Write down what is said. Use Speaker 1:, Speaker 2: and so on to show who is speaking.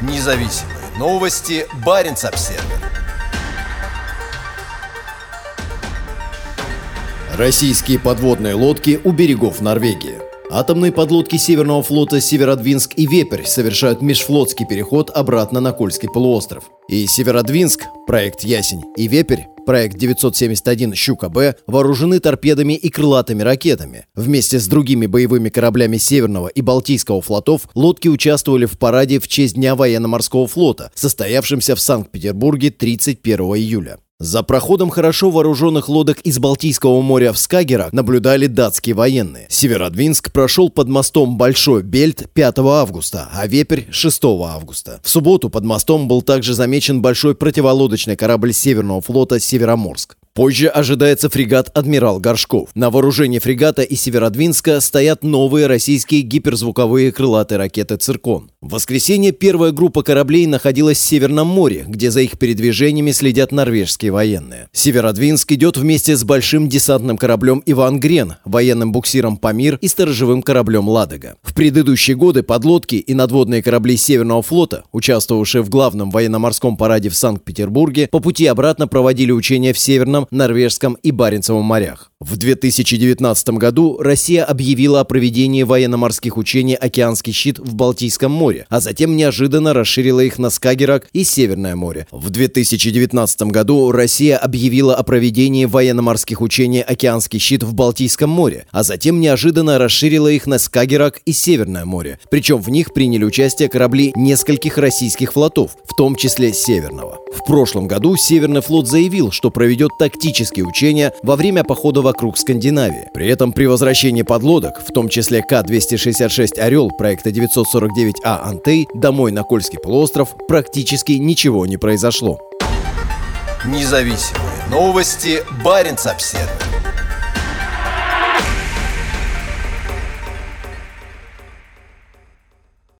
Speaker 1: Независимые новости. Баренц-Обсервер. Российские подводные лодки у берегов Норвегии. Атомные подлодки Северного флота «Северодвинск» и «Вепрь» совершают межфлотский переход обратно на Кольский полуостров. И «Северодвинск», проект «Ясень», и «Вепрь», проект 971 «Щука-Б» вооружены торпедами и крылатыми ракетами. Вместе с другими боевыми кораблями Северного и Балтийского флотов лодки участвовали в параде в честь Дня военно-морского флота, состоявшемся в Санкт-Петербурге 31 июля. За проходом хорошо вооруженных лодок из Балтийского моря в Скагеррак наблюдали датские военные. Северодвинск прошел под мостом Большой Бельт 5 августа, а Вепрь 6 августа. В субботу под мостом был также замечен большой противолодочный корабль Северного флота «Североморск». Позже ожидается фрегат «Адмирал Горшков». На вооружении фрегата и Северодвинска стоят новые российские гиперзвуковые крылатые ракеты «Циркон». В воскресенье первая группа кораблей находилась в Северном море, где за их передвижениями следят норвежские военные. Северодвинск идет вместе с большим десантным кораблем «Иван Грен», военным буксиром «Памир» и сторожевым кораблем «Ладога». В предыдущие годы подлодки и надводные корабли Северного флота, участвовавшие в главном военно-морском параде в Санкт-Петербурге, по пути обратно проводили учения в Северном, Норвежском и Баренцевом морях. В 2019 году Россия объявила о проведении военно-морских учений «Океанский щит» в Балтийском море, а затем неожиданно расширила их на Скагеррак и Северное море. В 2019 году Россия объявила о проведении военно-морских учений «Океанский щит» в Балтийском море, а затем неожиданно расширила их на Скагеррак и Северное море. Причем в них приняли участие корабли нескольких российских флотов, в том числе Северного. В прошлом году Северный флот заявил, что проведет тактические учения во время похода вокруг Скандинавии. При этом при возвращении подлодок, в том числе К-266 «Орел» проекта 949А «Антей», домой на Кольский полуостров практически ничего не произошло. Независимые новости. Баренц-Обсервер.